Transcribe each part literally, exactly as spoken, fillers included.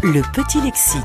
Le petit lexique.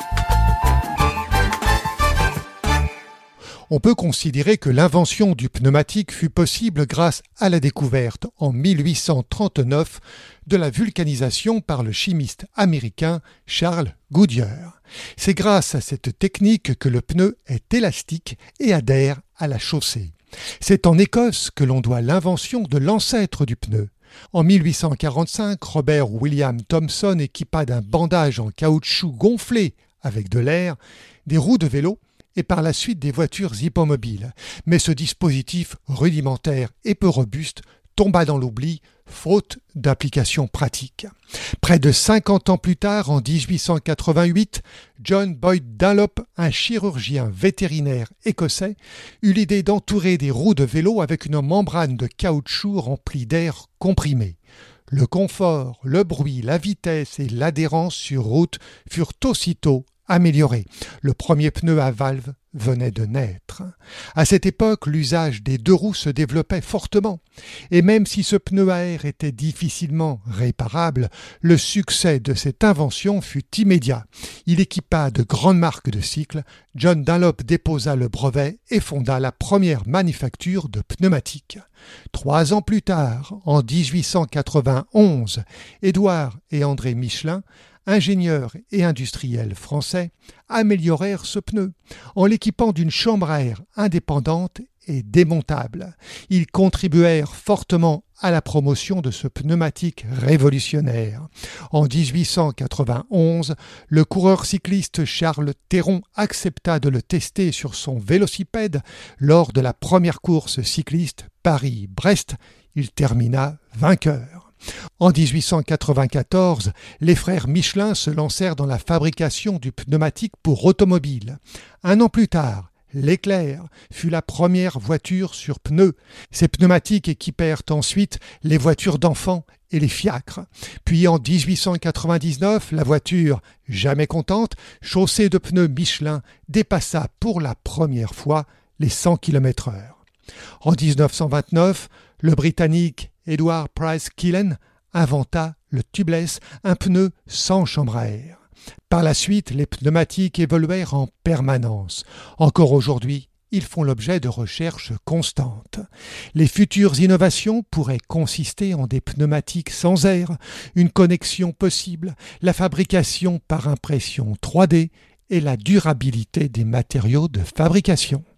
On peut considérer que l'invention du pneumatique fut possible grâce à la découverte en mille huit cent trente-neuf de la vulcanisation par le chimiste américain Charles Goodyear. C'est grâce à cette technique que le pneu est élastique et adhère à la chaussée. C'est en Écosse que l'on doit l'invention de l'ancêtre du pneu. En mille huit cent quarante-cinq, Robert William Thomson équipa d'un bandage en caoutchouc gonflé avec de l'air des roues de vélo et par la suite des voitures hippomobiles. Mais ce dispositif rudimentaire et peu robuste tomba dans l'oubli, faute d'application pratique. Près de cinquante ans plus tard, en dix-huit cent quatre-vingt-huit, John Boyd Dunlop, un chirurgien vétérinaire écossais, eut l'idée d'entourer des roues de vélo avec une membrane de caoutchouc remplie d'air comprimé. Le confort, le bruit, la vitesse et l'adhérence sur route furent aussitôt amélioré. Le premier pneu à valve venait de naître. À cette époque, l'usage des deux roues se développait fortement. Et même si ce pneu à air était difficilement réparable, le succès de cette invention fut immédiat. Il équipa de grandes marques de cycles. John Dunlop déposa le brevet et fonda la première manufacture de pneumatiques. Trois ans plus tard, en dix-huit cent quatre-vingt-onze, Édouard et André Michelin, ingénieurs et industriels français, améliorèrent ce pneu en l'équipant d'une chambre à air indépendante et démontable. Ils contribuèrent fortement à la promotion de ce pneumatique révolutionnaire. En dix-huit cent quatre-vingt-onze, le coureur cycliste Charles Théron accepta de le tester sur son vélocipède lors de la première course cycliste Paris-Brest. Il termina vainqueur. En dix-huit cent quatre-vingt-quatorze, les frères Michelin se lancèrent dans la fabrication du pneumatique pour automobile. Un an plus tard, l'Éclair fut la première voiture sur pneus. Ces pneumatiques équipèrent ensuite les voitures d'enfants et les fiacres. Puis en dix-huit cent quatre-vingt-dix-neuf, la voiture, jamais contente, chaussée de pneus Michelin, dépassa pour la première fois les cent kilomètres heure. En dix-neuf cent vingt-neuf, le Britannique Edward Price Killen inventa le tubeless, un pneu sans chambre à air. Par la suite, les pneumatiques évoluèrent en permanence. Encore aujourd'hui, ils font l'objet de recherches constantes. Les futures innovations pourraient consister en des pneumatiques sans air, une connexion possible, la fabrication par impression trois D et la durabilité des matériaux de fabrication.